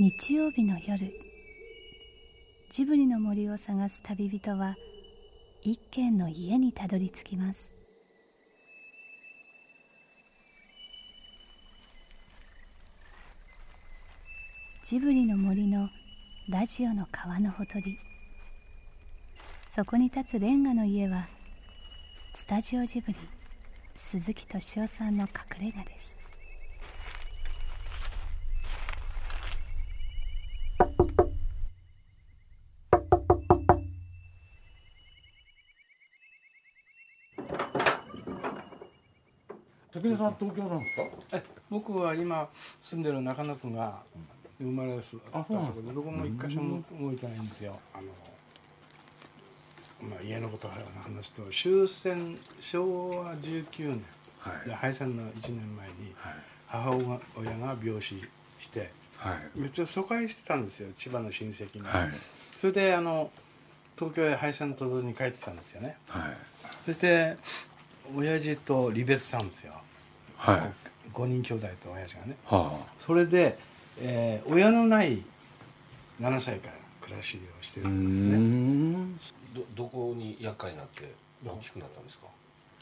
日曜日の夜、ジブリの森を探す旅人は一軒の家にたどり着きます。ジブリの森のラジオの川のほとり、そこに立つレンガの家はスタジオジブリ鈴木敏夫さんの隠れ家です。 関根さんは東京なんですか？ 僕は今住んでる中野区が生まれ育ったところで、どこも一箇所も動いてないんですよ。家のことを話すと、終戦昭和19年、で敗戦の1年前に母親が病死して、めっちゃ疎開してたんですよ、千葉の親戚に。それで東京へ敗戦と同時に帰ってきたんですよね。そして親父と離別したんですよ。5人兄弟と親父がね。それで、親のない7歳から暮らしをしてるんですね。 どこに厄介になって大きくなったんですか？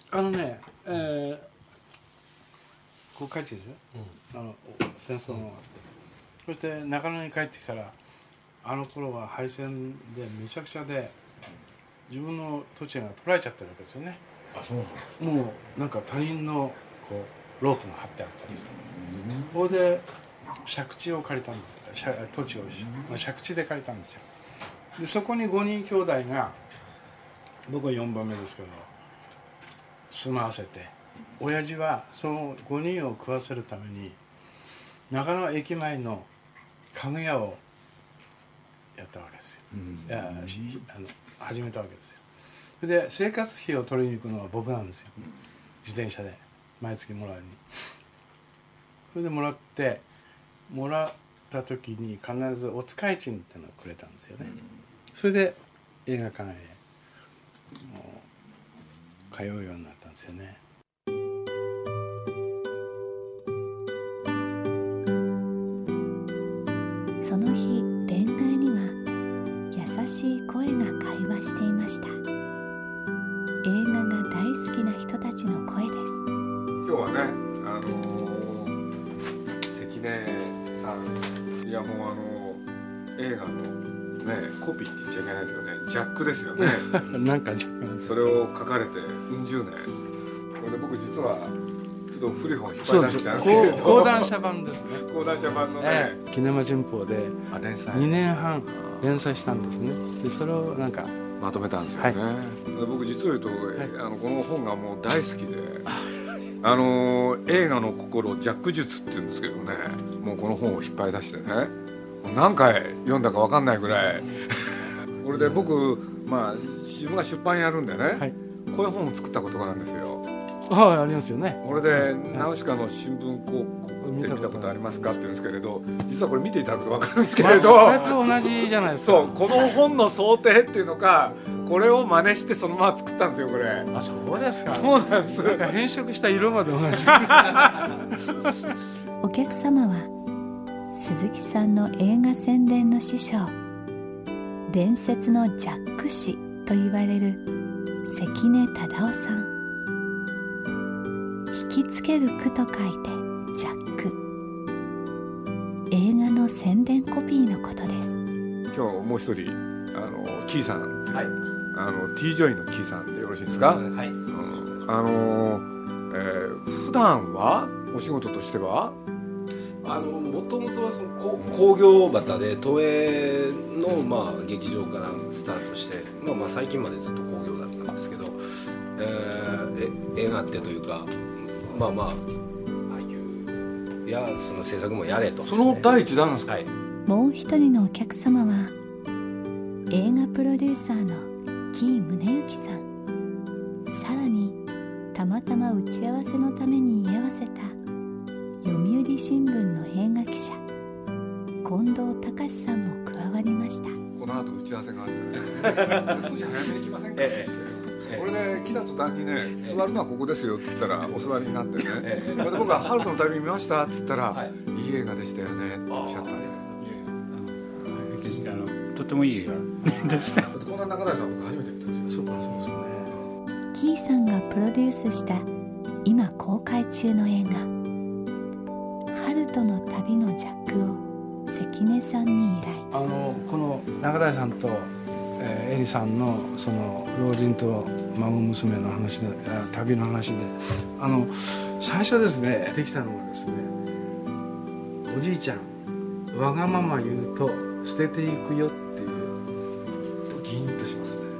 こう帰ってきてですよ、戦争があって、そして中野に帰ってきたら、あの頃は敗戦でめちゃくちゃで、自分の土地が取られちゃってるわけですよね。 そうなんです。 もうなんか他人のこうロープが張ってあったりして、それで借地を借りたんですよ。土地を、借地で借りたんですよ。でそこに5人兄弟が、僕は4番目ですけど住まわせて、親父はその5人を食わせるために中野駅前の家具屋をやったわけですよ。始めたわけですよ。それで生活費を取りに行くのは僕なんですよ、自転車で毎月もらうに。それでもらった時に必ずお使い賃っていうのをくれたんですよね。それで映画館へ通うようになったんですよね。 その日、恋愛には優しい声が会話していました。映画が大好きな人たちの声です。 今日はね、関根さん、いやもう映画のね、コピーって言っちゃいけないですよね。ジャックですよね。 なんかそれを書かれて十年。これで僕実はちょっと古い本引っ張り出してたんですけど、 講談社版ですね。 講談社版のね、 キネマ旬報で2年半連載したんですね。でそれをなんかまとめたんですよね。で僕実を言うと、この本がもう大好きで、映画の心ジャック術って言うんですけどね、もうこの本を引っ張り出してね、何回読んだか分かんないぐらい。これで僕、自分が出版やるんでね、こういう本を作ったことがあるんですよ。 ありますよね。 これでナウシカの新聞広告って見たことありますかって言うんですけれど、実はこれ見ていただくと分かるんですけれど、 全く同じじゃないですか。 そう、この本の想定っていうのか、これを真似してそのまま作ったんですよ、これ。 そうですか。 そうなんです。 なんか変色した色まで同じ。 お客様は鈴木さんの映画宣伝の師匠、伝説のジャック師と言われる関根忠夫さん。引きつける句と書いてジャック。映画の宣伝コピーのことです。 今日もう一人キーさん、T ジョイのキーさんでよろしいですか？普段はお仕事としてはもともとはその工業旗で東映の劇場からスタートして、最近までずっと工業だったんですけど、映画ってというか俳優やその制作もやれと、 その第一弾なんですか？ もう一人のお客様は映画プロデューサーの紀伊宗行さん。さらにたまたま打ち合わせのために居合わせた読売新聞の映画記者近藤隆さんも加わりました。 この後打ち合わせがあってね少し早めに来ませんかってこれで来た途端にね、座るのはここですよって言ったらお座りになってね、僕はハルトの旅見ましたって言ったら、いい映画でしたよねっておっしゃったんです。 してとてもいい映画でしたこんな中台さん僕初めて見たんですよ。 そうですね。 キーさんがプロデュースした今公開中の映画ハルトの旅のジャックを関根さんに依頼。 この中台さんと、エリさんのその老人と孫娘の話で旅の話で最初ですねできたのがですね、おじいちゃんわがまま言うと捨てていくよっていう。 ギーンとしますね。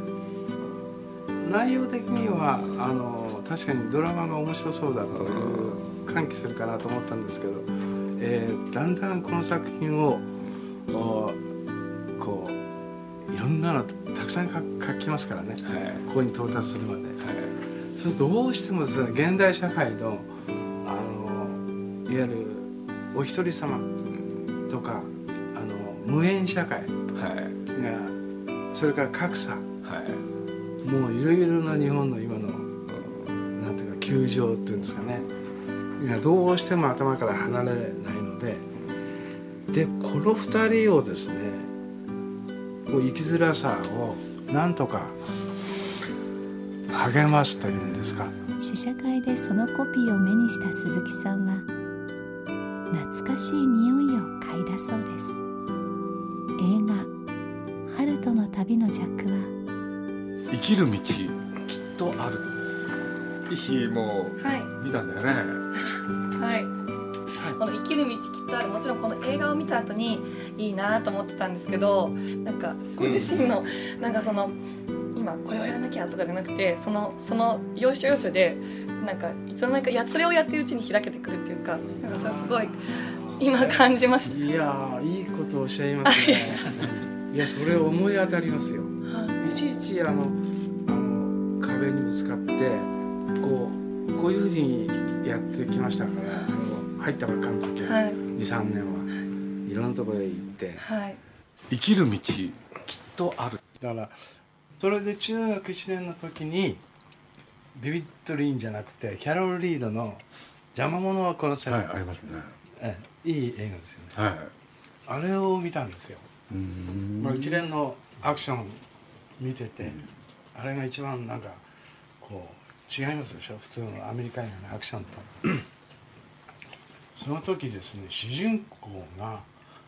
内容的には確かにドラマが面白そうだという喚起するかなと思ったんですけど、だんだんこの作品をこういろんなのたくさん書きますからね、ここに到達するまで、そうするとどうしてもですね現代社会のいわゆるお一人様とか無縁社会が、それから格差、もういろいろな日本の今のなんていうか窮状っていうんですかねがどうしても頭から離れないので、この二人をですねこう生きづらさをなんとか励ますというんですか。 試写会でそのコピーを目にした鈴木さんは懐かしい匂いを嗅いだそうです。映画「ハルトの旅のジャック」は生きる道きっとある。イヒも見たんだよね。 はい、この生きる道きっとある、もちろんこの映画を見た後にいいなと思ってたんですけど、なんかご自身のなんかその今これをやらなきゃとかじゃなくて、その要所要所でなんかいつの間にかそれをやってるうちに開けてくるっていうか、なんかそれすごい今感じました。 いやいいことをおっしゃいますねいやそれ思い当たりますよ。いちいち壁にぶつかってこういうふうにやってきましたから、入ったばっかの時は、2、3年はいろんなところへ行って、 生きる道きっとある。 だからそれで中学1年の時にデビッド・リーンじゃなくてキャロル・リードの「邪魔者は殺せない」 ありますね。 いい映画ですよね。あれを見たんですよ。一連のアクション見てて、あれが一番なんかこう違いますでしょ、普通のアメリカ映画のアクションとその時ですね、主人公が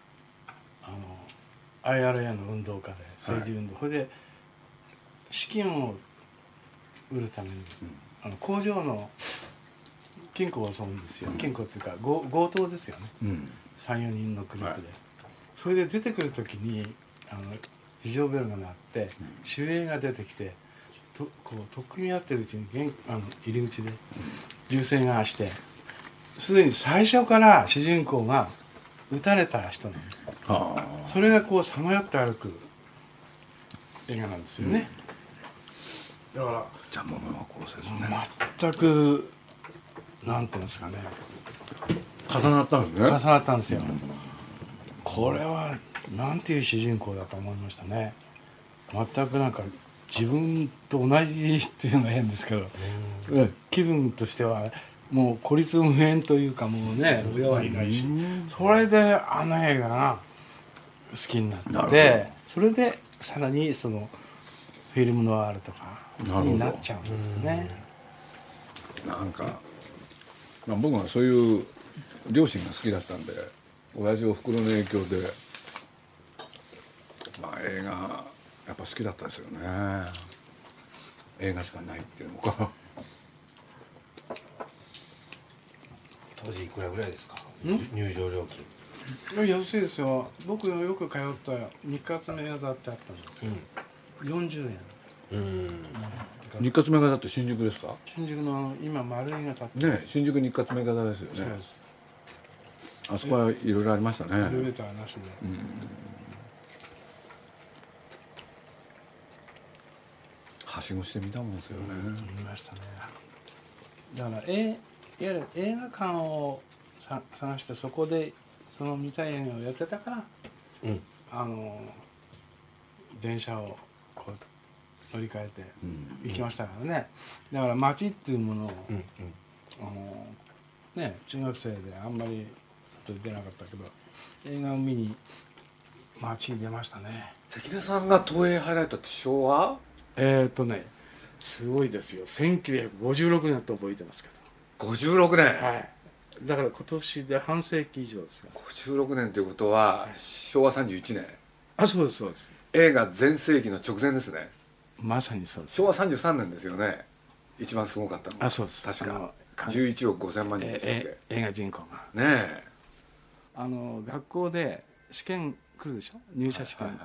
IRA の運動家で政治運動、それで資金を売るために、工場の金庫を襲うんですよ。金庫っていうか強盗ですよね、3、4人のグループで、それで出てくる時に非常ベルが鳴って守衛が出てきてこう取っ組み合ってるうちに入り口で銃声がして、すでに最初から主人公が撃たれた人なんです。それがこうさまよって歩く映画なんですよね。だから邪魔者は殺せずね。 全くなんていうんですかね、 重なったんですね。 重なったんですよ。これはなんていう主人公だと思いましたね。全くなんか自分と同じっていうのは変ですけど、気分としてはもう孤立無縁というか、もうね親はいないし、それで映画が好きになって、それでさらにそのフィルムノワールとかになっちゃうんですね。 なんか、僕はそういう両親が好きだったんで、親父おふくろの影響で、映画やっぱ好きだったですよね。映画しかないっていうのか。 当時いくらぐらいですか、入場料金。 安いですよ。僕よく通った日活メガ座ってあったんですよ、40円。 日活メガ座って新宿ですか？ 新宿の今丸いが建ってね、新宿日活メガ座ですよね。 そうです。 あそこはいろいろありましたね。 エレベーターなしで、 はしごしてみたもんですよね。 見ましたね。だからいわゆる映画館を探して、そこでその見たい映画をやってたから、電車をこう乗り換えて行きましたからね。だから街っていうものを、ね、中学生であんまり外に出なかったけど、映画を見に街に出ましたね。 関根さんが東映入られたって昭和すごいですよ。1956年と覚えてますけ 56年、 ど、はい、だから今年で半世紀以上ですが。 56年ということは昭和31年。 あ、そうですそうです。 映画全盛期の直前ですね。 まさにそうです。 昭和33年ですよね、一番すごかったの。 あ、そうです。 確か11億5000万人でしたっけ、 映画人口がねえ。 学校で試験来るでしょ、入社試験。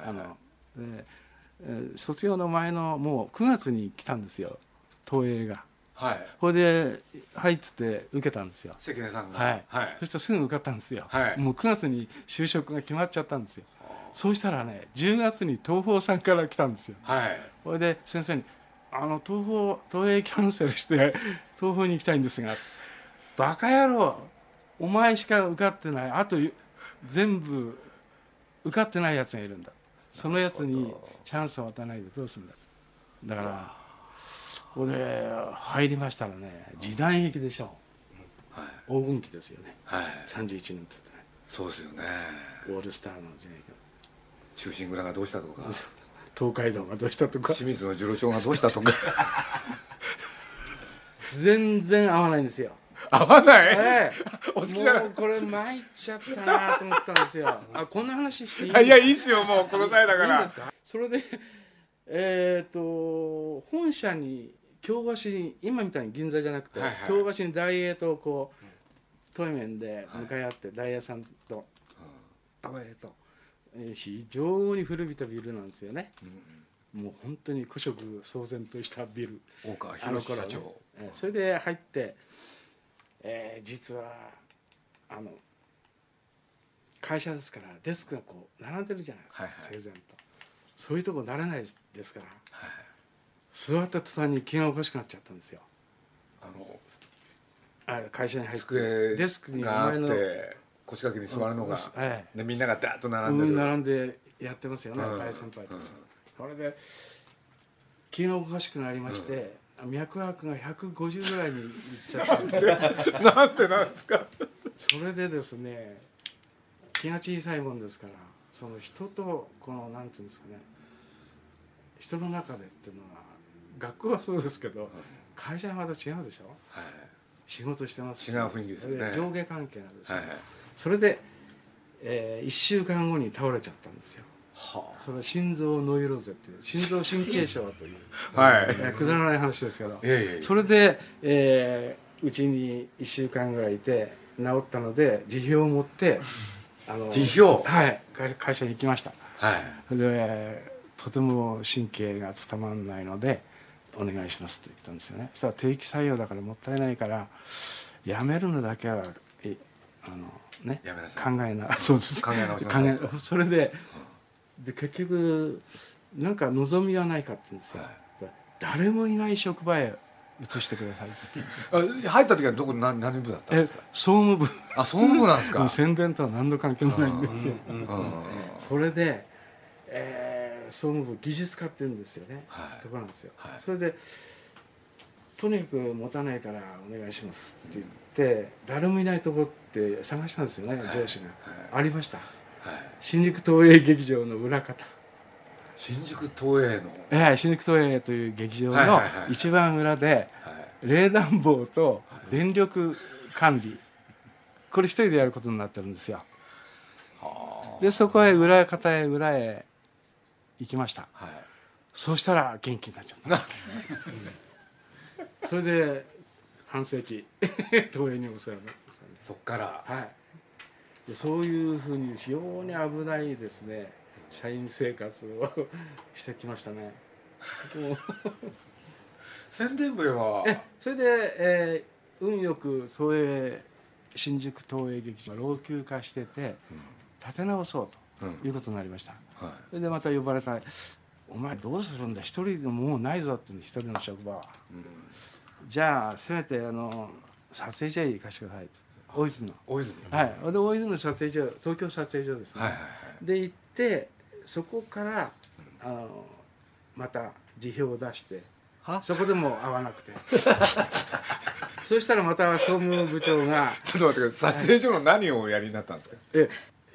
卒業の前のもう9月に来たんですよ、東映が。 はい。 それで入ってて受けたんですよ、 関根さんが。 はい、 はい。 そしたらすぐ受かったんですよ、 はい、 もう9月に就職が決まっちゃったんですよ。そうしたらね、10月に東宝さんから来たんですよ。 はい。 それで先生に東映キャンセルして東宝に行きたいんですが、バカ野郎、お前しか受かってない、あと全部受かってないやつがいるんだ、そのやつにチャンスを与えないでどうするんだ。だからここで入りましたらね、時代劇でしょ、はい、黄金期ですよね、はい、31年ってね。 そうですよね。 オールスターの時代劇、 忠臣蔵がどうしたとか、 東海道がどうしたとか、 清水の次郎長がどうしたとか全然合わないんですよ。 合わない、 お好きだな。もうこれ参っちゃったなと思ったんですよ。こんな話していいんですか？いや、いいっすよ、もうこの際だから。 いいんですか？それで本社に京橋に、今みたいに銀座じゃなくて、はいはい、京橋に大映とこう対面で向かい合って、はい、大映さんと東映と、非常に古びたビルなんですよね、もう本当に古色騒然としたビル、 大川博社長、 それで入って、実は会社ですからデスクがこう並んでるじゃないですか、はいはい、整然と。そういうとこ慣れないですから、はい、座った途端に気がおかしくなっちゃったんですよ。会社に入ってデスクにがあって腰掛けに座るのが、でみんながダーッと並んでやってますよね、大先輩たち。それで気がおかしくなりまして、脈拍が150ぐらいにいっちゃったんですよなんでなんですか？ それでですね、気が小さいもんですから、その人とこのなんていうんですかね、人の中でっていうのは、学校はそうですけど、会社はまた違うでしょ、はい、仕事してますし、 違う雰囲気ですよね、 上下関係があるでしょ、 はいはい、 それで、1週間後に倒れちゃったんですよ。はあ、それは心臓ノイローゼっていう心臓神経症という、はい、くだらない話ですけど、それで、うちに1週間ぐらいいて治ったので辞表を持って辞表、 はい、会社に行きました、 はい、 でとても神経が伝わらないのでお願いしますと言ったんですよね。そしたら定期採用だからもったいないから辞めるのだけはね、考えな、そうです、 考え直しなさい。 それで結局なんか望みはないかって言うんですよ、はい、誰もいない職場へ移してくださいって入った時はどこ何部だったんですか？ 総務部。 あ、総務部なんですか？ 宣伝とは何の関係もないんですよ。それで、総務部技術科っていうんですよね、はい、ところなんですよ、はい、それでとにかく持たないからお願いしますって言って誰もいないとこって探したんですよね、はい、上司が、はい、ありました、はい、新宿東映劇場の裏方。 新宿東映の、 新宿東映という劇場の一番裏で、冷暖房と電力管理、これ一人でやることになってるんですよ。でそこへ裏へ行きました、はい、そうしたら元気になっちゃったそれで半世紀東映にお世話になって、 そっから、 はい、でそういうふうに非常に危ないですね社員生活をしてきましたね宣伝部へはそれで、運よく新宿東映劇場が老朽化してて、立て直そうということになりました、はい、それでまた呼ばれた。お前どうするんだ、一人でもうないぞって一人の職場は、じゃあせめて撮影所へ行かせてくださいって大泉の、はい、で大泉の撮影所、東京撮影所ですね、はいはいはい、で行ってそこからまた辞表を出してそこでも会わなくてそしたらまた総務部長がちょっと待ってください、撮影所の何をおやりになったんですか？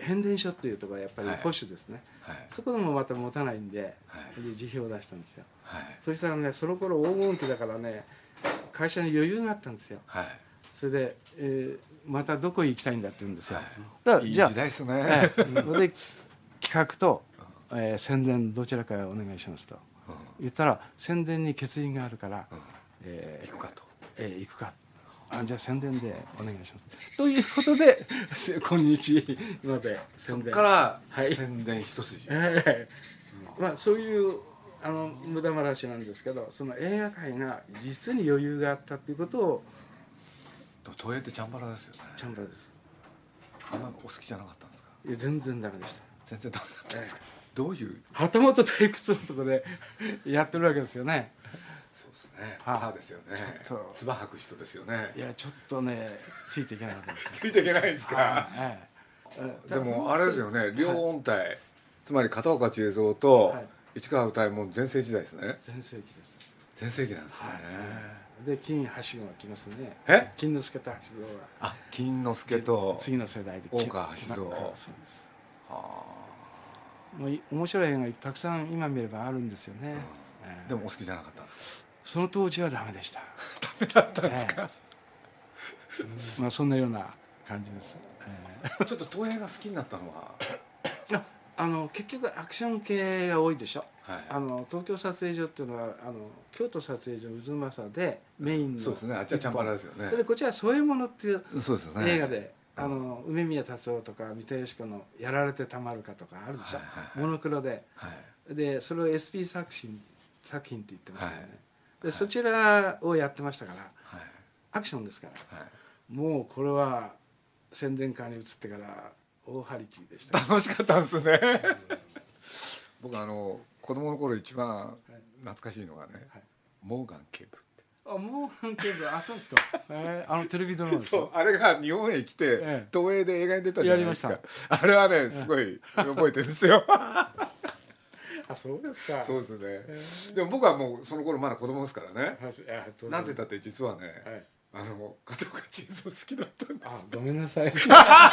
変電所っていうところはやっぱり保守ですね、 はいそこでもまた持たないんで、 はいで辞表を出したんですよ。 はいそしたらねその頃黄金期だからね会社に余裕があったんですよ。 はいそれで、またどこへ行きたいんだって言うんですよ、 はいだからじゃあいい時代ですね、 それで企画と、宣伝どちらかお願いしますと言ったら宣伝に欠員があるから、 行くかと、 行くかじゃあ宣伝でお願いしますということで今日までそっ宣伝からはい宣伝一筋、 まあそういう無駄話なんですけどその映画界が実に余裕があったっていうことを東映ってチャンバラですよね。 チャンバラです。 あんまお好きじゃなかったんですか。 いや全然ダメでした。 全然ダメだったんですか、どういう旗本退屈のとこでやってるわけですよね。 そうですね、 はいパーですよね、 ちょっと唾吐く人ですよね。 いやちょっとねついていけなかったです。 ついていけないですか。 はいでもあれですよね、両音体、つまり片岡千恵蔵とはい市川歌右衛門全盛時代ですね。 全盛期です。 全盛期なんですね、 で金はしごが来ますね。 え金之助と橋蔵はあ、金之助と次の世代で大川橋蔵そうですもう面白い映画たくさん今見ればあるんですよね、 でもお好きじゃなかったんですその当時はダメでした。 ダメだったんですか、 まあそんなような感じです、 ちょっと東映が好きになったのは、 結局アクション系が多いでしょ。 はい、 東京撮影所っていうのは京都撮影所渦政でメインのそうですね、あっちはチャンバラですよね。 でこっちは添え物っていうそうですよね、 映画で、梅宮達夫とか三田佳子の「やられてたまるか」とかあるでしょ、 はいはいはいモノクロで、 はいでそれを SP 作品って言ってましたよね、 はいでそちらをやってましたからはいアクションですからはい、 もうこれは宣伝カーに移ってから大張り切りでした。 楽しかったんですね僕子供の頃一番懐かしいのがね、 はいモーガン警部ってもうなんていうかそうですか、テレビドラマですそう、あれが日本へ来て、 え東映で映画に出たじゃないですかやりあれはねすごい覚えてるんですよそうですか。 そうですね、でも僕はもうその頃まだ子供ですからね、なんて言ったって実はね、 はい片岡千恵蔵好きだったんですごめんなさい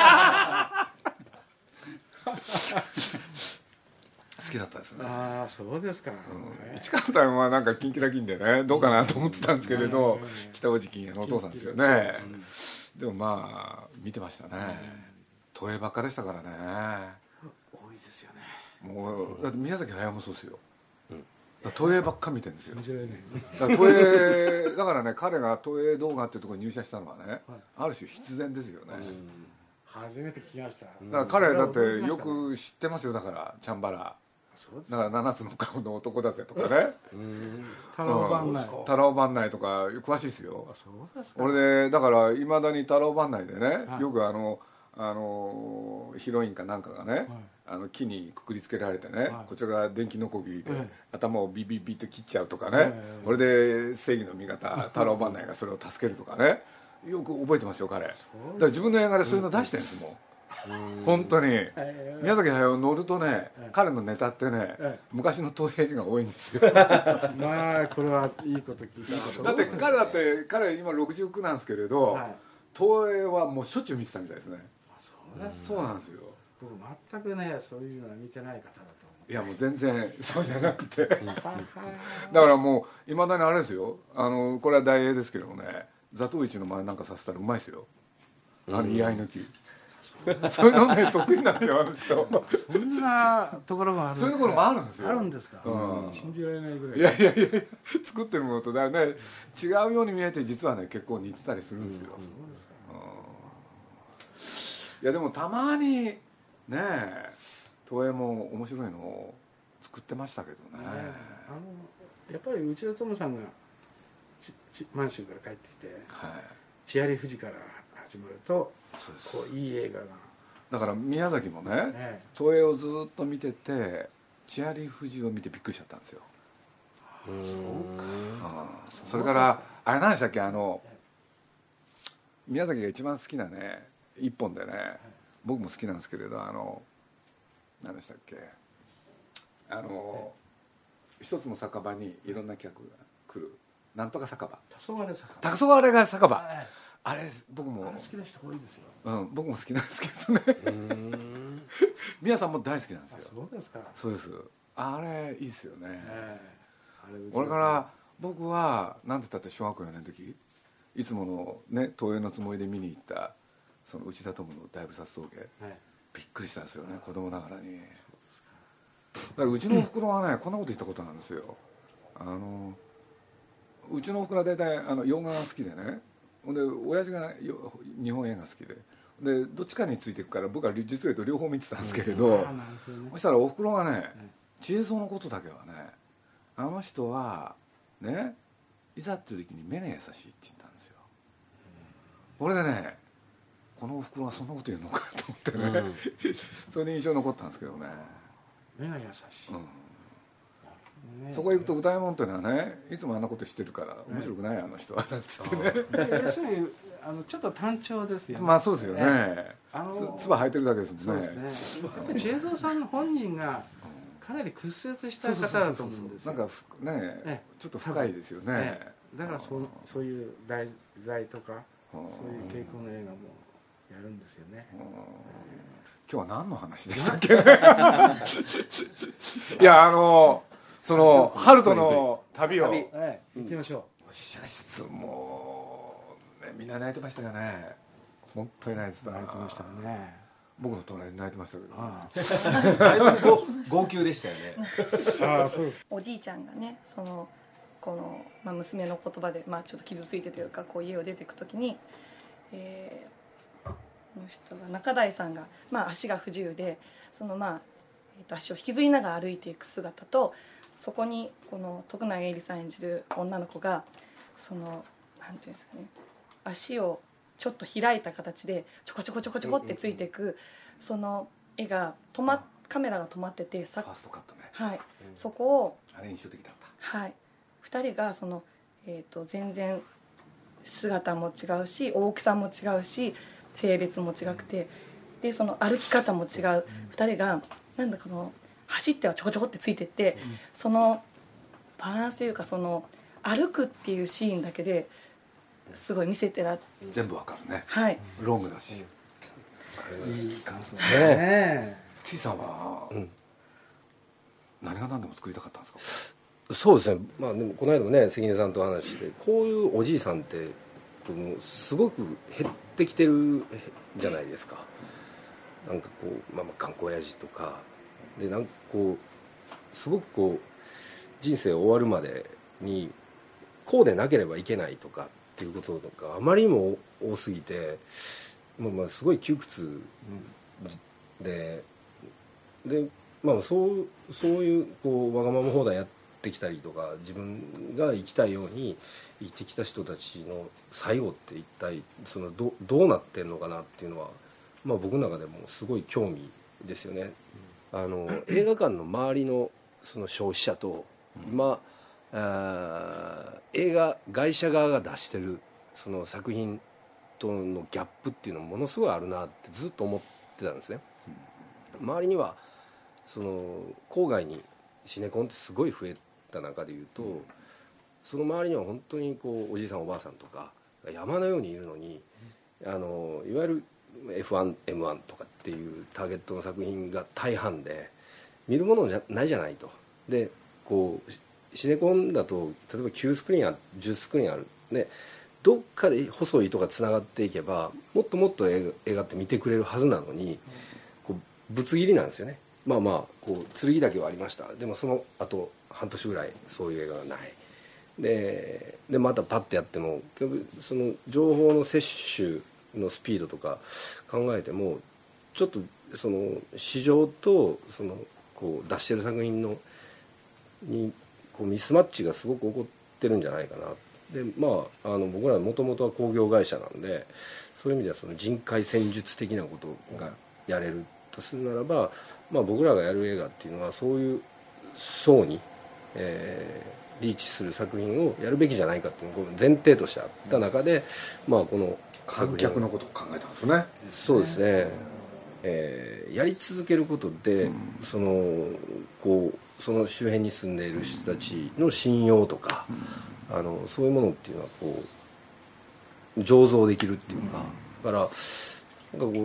好きだったですね。 そうですか、 市川さんはなんかキンキラキンでねどうかなと思ってたんですけれど、北大路欣也のお父さんですよね。でもまあ見てましたね、東映ばっかでしたからね。 多いですよね。 もうだって宮崎駿もそうですよ、だから東映ばっか見てるんですよ。 面白いね。 だから東映だからね、彼が東映動画っていうところに入社したのはね、ある種必然ですよね。 初めて聞きました。 だから彼だってよく知ってますよ。だからチャンバラだから7つの顔の男だぜとかね、 太郎番内、 太郎番内とか詳しいですよ。 そうですか。 俺でだからいまだに太郎番内でね、よくヒロインかなんかがね、木にくくりつけられてね、こちらが電気のこぎりで頭をビビビッと切っちゃうとかね、これで正義の味方太郎番内がそれを助けるとかね、よく覚えてますよ彼。だから自分の映画でそういうの出してるんですもん。本当に宮崎駿乗るとね、彼のネタってね、昔の東映が多いんですよまあこれはいいこと聞いた。 だって彼今69なんですけれど、東映はもうしょっちゅう見てたみたいですね。そうなんですよ。 僕全くねそういうのは見てない方だと思う。 いやもう全然そうじゃなくてだからもういまだにあれですよ、これは大映ですけどもね、座頭市の前なんかさせたらうまいですよ、居合抜きそういうのね得意なんですよ、あの人。 そんなところもある。 そういうところもあるんですよ。 あるんですか。信じられないぐらい。 いや作ってるものとだね違うように見えて実はね結構似てたりするんですよ。いやでもたまにね東映も面白いのを作ってましたけどね。 やっぱり内田智さんが満州から帰ってきて、 はい、 千有富士から始まるとそうです。 こういい映画がだから宮崎もね、東映をずっと見てて千有富士を見てびっくりしちゃったんですよ。 そうか。 それからあれ何でしたっけ、宮崎が一番好きなね一本でね、僕も好きなんですけれど何でしたっけ、一つの酒場にいろんな客が来るなんとか酒場、 黄昏酒場、 黄昏が酒場、あれ僕も好きな人多いですよ。 僕も好きなんですけどね宮さんも大好きなんですよ。 そうですか。 そうです。あれいいですよね。 あれこれから僕は何て言ったって小学校4年の時いつものね東映のつもりで見に行ったその内田智の大菩薩峠、びっくりしたんですよね、子供ながらに。だからうちのおふくろはねこんなこと言ったことなんですよ。うちのおふくろは大体洋画が好きでね、で親父が日本映画好きでどっちかについていくから僕は実を言うと両方見てたんですけれど、そしたらおふくろがね知恵蔵のことだけはね、あの人はねいざっていう時に目が優しいって言ったんですよ。これでねこのおふくろはそんなこと言うのかと思ってね、それで印象に残ったんですけどね。 目が優しい、 そこへ行くと歌右衛門っていうのはねいつもあんなことしてるから面白くないあの人はなんつってね。 要するにちょっと単調ですよね。 まあそうですよね。唾吐いてるだけですもんね。 そうですね。やっぱり知恵蔵さん本人がかなり屈折した方だと思うんですよ。 なんかねちょっと深いですよね。 だからそういう題材とかそういう傾向の映画もやるんですよね。 今日は何の話でしたっけね。いやその春との旅を行きましょう。 試写室もねみんな泣いてましたよね。本当に泣いてた。 泣いてましたね。 僕の隣で泣いてましたけど、だいぶ号泣でしたよね。 そうです。 おじいちゃんがねこの、娘の言葉で、ちょっと傷ついてというかこう家を出ていくときに、この人が中台さんが、足が不自由で足を引きずりながら歩いていく姿と、そこにこの徳永えりさん演じる女の子がなんていうんですかね、足をちょっと開いた形でちょこちょこちょこちょこってついていく、その絵がカメラが止まっててファーストカットね。 はい、そこをあれ印象的だった。 はい、2人が全然姿も違うし大きさも違うし性別も違くて、でその歩き方も違う2人がなんだか走ってはちょこちょこってついてって、そのバランスというか歩くっていうシーンだけですごい見せて全部わかるね。 はい、 ロングだし。 いい感じね。 キーさんは何が何でも作りたかったんですか。 そうですね。でもこの間もね関根さんと話してこういうおじいさんってすごく減ってきてるじゃないですか。なんか頑固親父とかでなんかすごく人生終わるまでにこうでなければいけないとかっていうことがあまりにも多すぎて、すごい窮屈でそういうわがまま放題やってきたりとか自分が生きたいように生きてきた人たちの最後って一体どうなってんのかなっていうのは、僕の中でもすごい興味ですよね。映画館の周りのその消費者と今、映画会社側が出してるその作品とのギャップっていうのもものすごいあるなってずっと思ってたんですね。周りには郊外にシネコンってすごい増えた中でいうと、その周りには本当におじいさんおばあさんとか山のようにいるのに、いわゆる F1M1 とかっていうターゲットの作品が大半で見るものじゃないじゃないと。でシネコンだと例えば9スクリーンある10スクリーンあるでどっかで細い糸がつながっていけばもっともっと映画って見てくれるはずなのに、ぶつ切りなんですよね。剣だけはありました。でもその後半年ぐらいそういう映画がない。でまたパッてやってもその情報の摂取のスピードとか考えてもちょっとその市場と出してる作品にミスマッチがすごく起こってるんじゃないかな。で僕らもともとは工業会社なんでそういう意味ではその人海戦術的なことがやれるとするならば、僕らがやる映画っていうのはそういう層に、リーチする作品をやるべきじゃないかっていうのが前提としてあった中で、この観客のことを考えたんですね。 そうですね、やり続けることで、その周辺に住んでいる人たちの信用とか、そういうものっていうのは醸造できるっていうか、だからなんか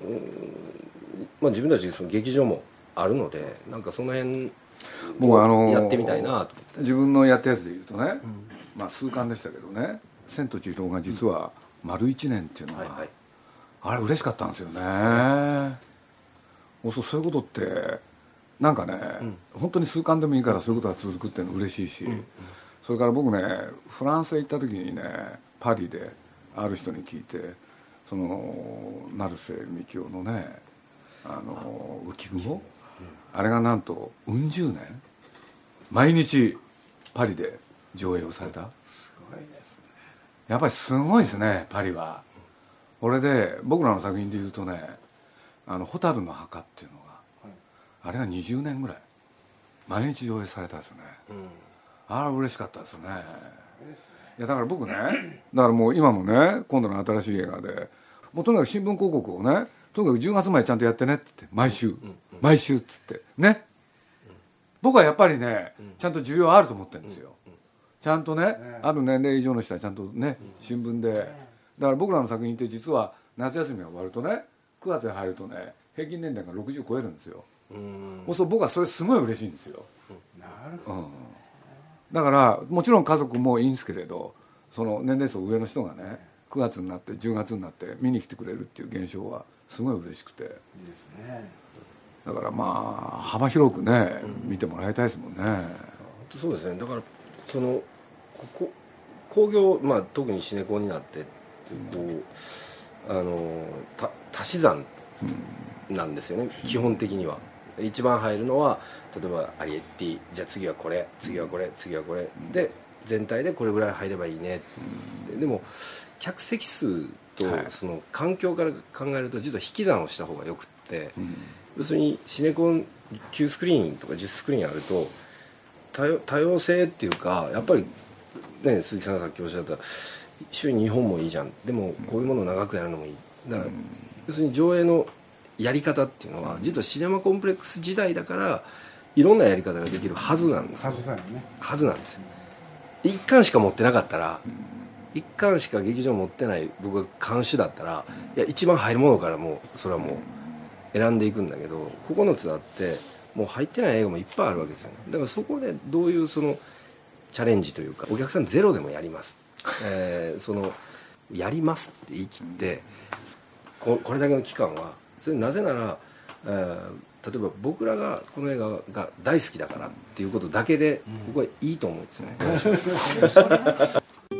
まあ、自分たちその劇場もあるのでなんかその辺僕やってみたいなと思って。 自分のやったやつで言うとね、まあ数巻でしたけどね「千と千尋」が実は丸1年っていうのが、あれ嬉しかったんですよね。そういうことってなんかね、本当に数巻でもいいからそういうことが続くっていうのは嬉しいし、それから僕ねフランスへ行った時にねパリである人に聞いてその成瀬みきおのね浮雲、あれがなんとうん十年毎日パリで上映をされた。 すごいですね。 やっぱりすごいですねパリは。俺で僕らの作品でいうとね「蛍の墓」っていうのが、あれが20年ぐらい毎日上映されたんですよね、あれ嬉しかったですね。いやだから僕ねだからもう今もね今度の新しい映画でもうとにかく新聞広告をねとにかく10月までちゃんとやってねって言って毎週、毎週っつってね、僕はやっぱりねちゃんと需要あると思ってるんですよ、ちゃんとね、ある年齢以上の人はちゃんとね新聞で、だから僕らの作品って実は夏休みが終わるとね9月に入るとね平均年齢が60超えるんですよ。そう僕はそれすごい嬉しいんですよ。 なるほど、 だからもちろん家族もいいんですけれどその年齢層上の人がね9月になって10月になって見に来てくれるっていう現象はすごい嬉しくて、いいですね。 だからまあ幅広くね見てもらいたいですもんね。 そうですね。だからその興行、まあ、特にシネコンになってこう足し算なんですよね、基本的には。一番入るのは例えばアリエッティ、じゃあ次はこれ次はこれ次はこれで全体でこれぐらい入ればいいね、でも客席数とその環境から考えると実は引き算をした方がよくって、要するにシネコン9スクリーンとか10スクリーンあると多様性っていうかやっぱりね、鈴木さんがさっきおっしゃった週に2本もいいじゃん、でもこういうものを長くやるのもいい、だから要するに上映のやり方っていうのは実はシネマコンプレックス時代だからいろんなやり方ができるはずなんですよ。はずなんですよ。一巻しか持ってなかったら、一巻しか劇場持ってない僕が監修だったら、いや一番入るものからもうそれはもう選んでいくんだけど、9つあってもう入ってない映画もいっぱいあるわけですよね。だからそこでどういうそのチャレンジというか、お客さんゼロでもやります、そのやりますって言い切ってこれだけの期間はそれなぜなら、例えば僕らがこの映画が大好きだからっていうことだけで僕はいいと思うんですよね、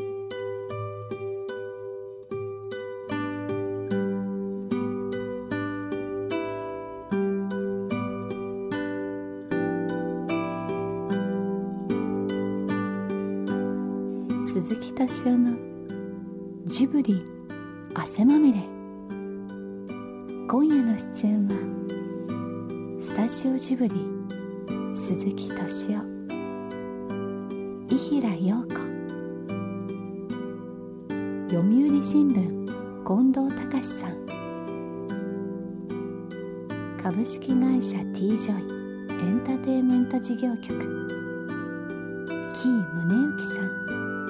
鈴木敏夫のジブリ汗まみれ。今夜の出演はスタジオジブリ鈴木敏夫、伊平陽子、読売新聞近藤隆さん、株式会社 T ジョイエンターテインメント事業局紀伊宗行さん、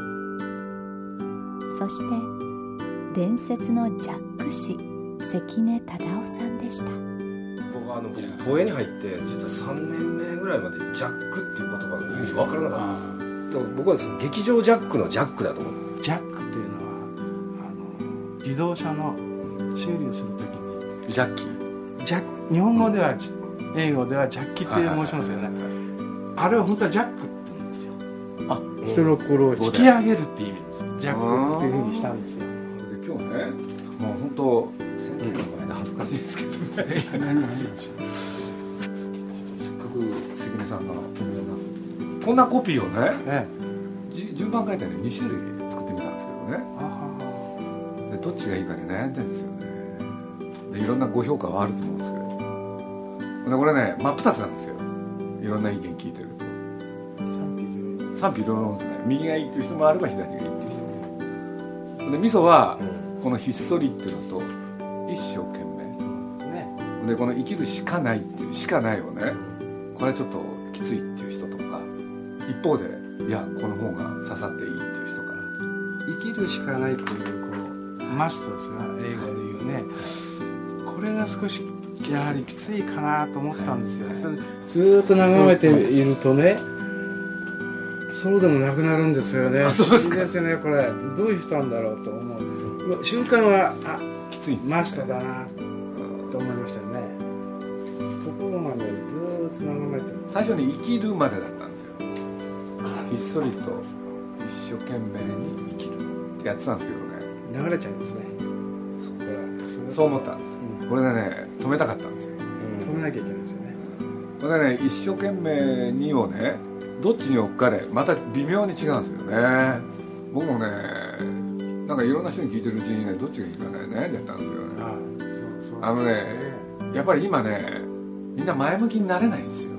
そして伝説のジャック氏関根忠夫さんでした。 僕は東映に入って実は3年目ぐらいまでジャックっていう言葉の意味分からなかったんですよ。僕はその劇場ジャックのジャックだと思う。 ジャックっていうのは自動車の修理をするときにジャッキー、 日本語では英語ではジャッキって申しますよね。あれは本当はジャックって言うんですよ。人の心を引き上げるっていう意味です。ジャックっていうふうにしたんですよ。 で今日ねもう本当先生の前で恥ずかしいですけどね、せっかく関根さんがお見えになってこんなコピーをね、順番書いてね2種類作ってみたんですけどね、でどっちがいいかに悩んでるんですよね。でいろんなご評価はあると思うんですけど、でこれね真っ二つなんですよ。いろんな意見聞いてると賛否両論ですね。右がいいっていう人もあれば左がいいっていう人もいる。で味噌はこのひっそりっていうのと一生懸命でこの生きるしかないっていうしかないをね、これはちょっときついっていう人とか、一方でいやこの方が刺さっていいっていう人から生きるしかないっていうこうマストですが英語で言うね、これが少しやはりきついかなと思ったんですよ。ずーっと眺めているとね、そうでもなくなるんですよね。 そうですか。 不思議ですよね。これどういう人なんだろうと思う瞬間はきついんですよね。 マストだなと思いましたよね。ところがね、ずーっと眺めてる。 最初に生きるまでだったんですよ。ひっそりと一生懸命に生きるってやってたんですけどね、 流れちゃいますね。 そう思ったんです、これでね止めたかったんですよ、 止めなきゃいけないですよね。 これでね、一生懸命にをねどっちに置くかでまた微妙に違うんですよね。僕もねなんかいろんな人に聞いてるうちにね、どっちがいいかね悩んじゃったんですよね。 そうね、やっぱり今ねみんな前向きになれないんですよ。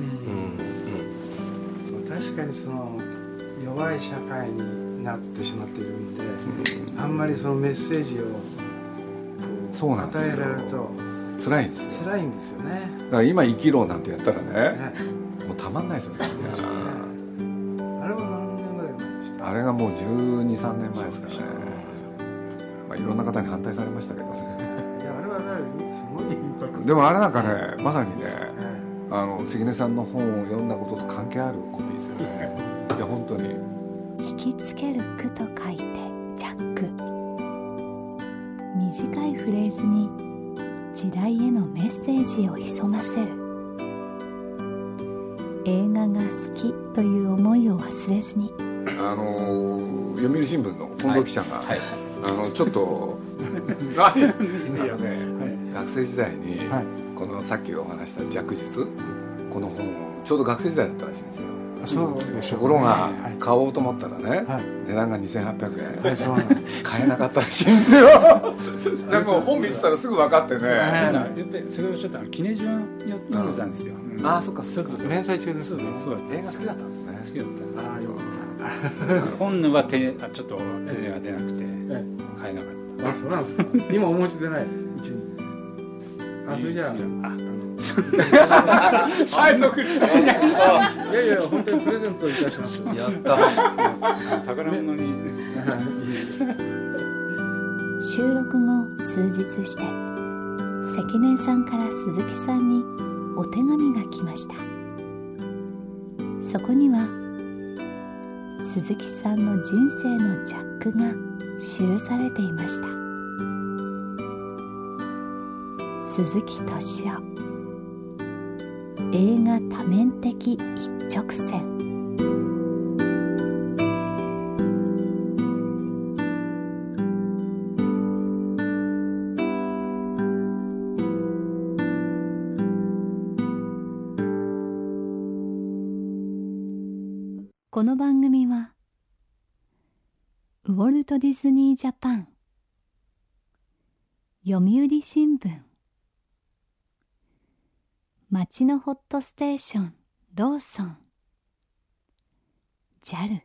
確かにその弱い社会になってしまっているんで、あんまりそのメッセージをそうなんですよ、 与えられると辛いんですよ。 辛いんですよね。 だから今生きろなんてやったらね、もうたまんないですよね。 あれは何年ぐらい前でした？ あれがもう12、3年前ですからね。まあ、いろんな方に反対されましたけどね。 いや、あれはね、すごいインパクト。 でもあれなんかね、まさにね、関根さんの本を読んだことと関係あるコピーですよね。いや本当に。 引きつける句と書いてジャック。短いフレーズに時代へのメッセージを潜ませる。映画が好きという思いを忘れずに。 読売新聞の近藤記者が、ちょっと学生時代に、このさっきお話した弱術、この本ちょうど学生時代だったらしいんですよ。 そうでしょうね。 ところが買おうと思ったらね、値段が2800円、買えなかったらしいんですよ。でも本見てたらすぐ分かってね。 やっぱりそれをちょっと記念順読んでたんですよ。 ああ、そっか、 そう連載中です。 そう映画好きだったんですね。 好きだったんです。 ああ、よかった。 本はちょっと手が出なくて買えなかった。 あ、そうなんですか。今お持ちでない、うちに。あ、それじゃあ。 最速にしたいやいや、本当にプレゼントいたします。 やった宝物に。 収録後数日して関根さんから鈴木さんにお手紙が来ました。そこには鈴木さんの人生のジャックが記されていました。鈴木敏夫、映画多面的一直線。この番組はウォルト・ディズニー・ジャパン、読売新聞、町のホットステーションローソン、 JAL、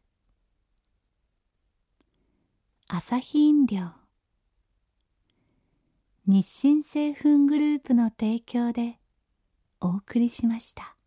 アサヒ飲料、日清製粉グループの提供でお送りしました。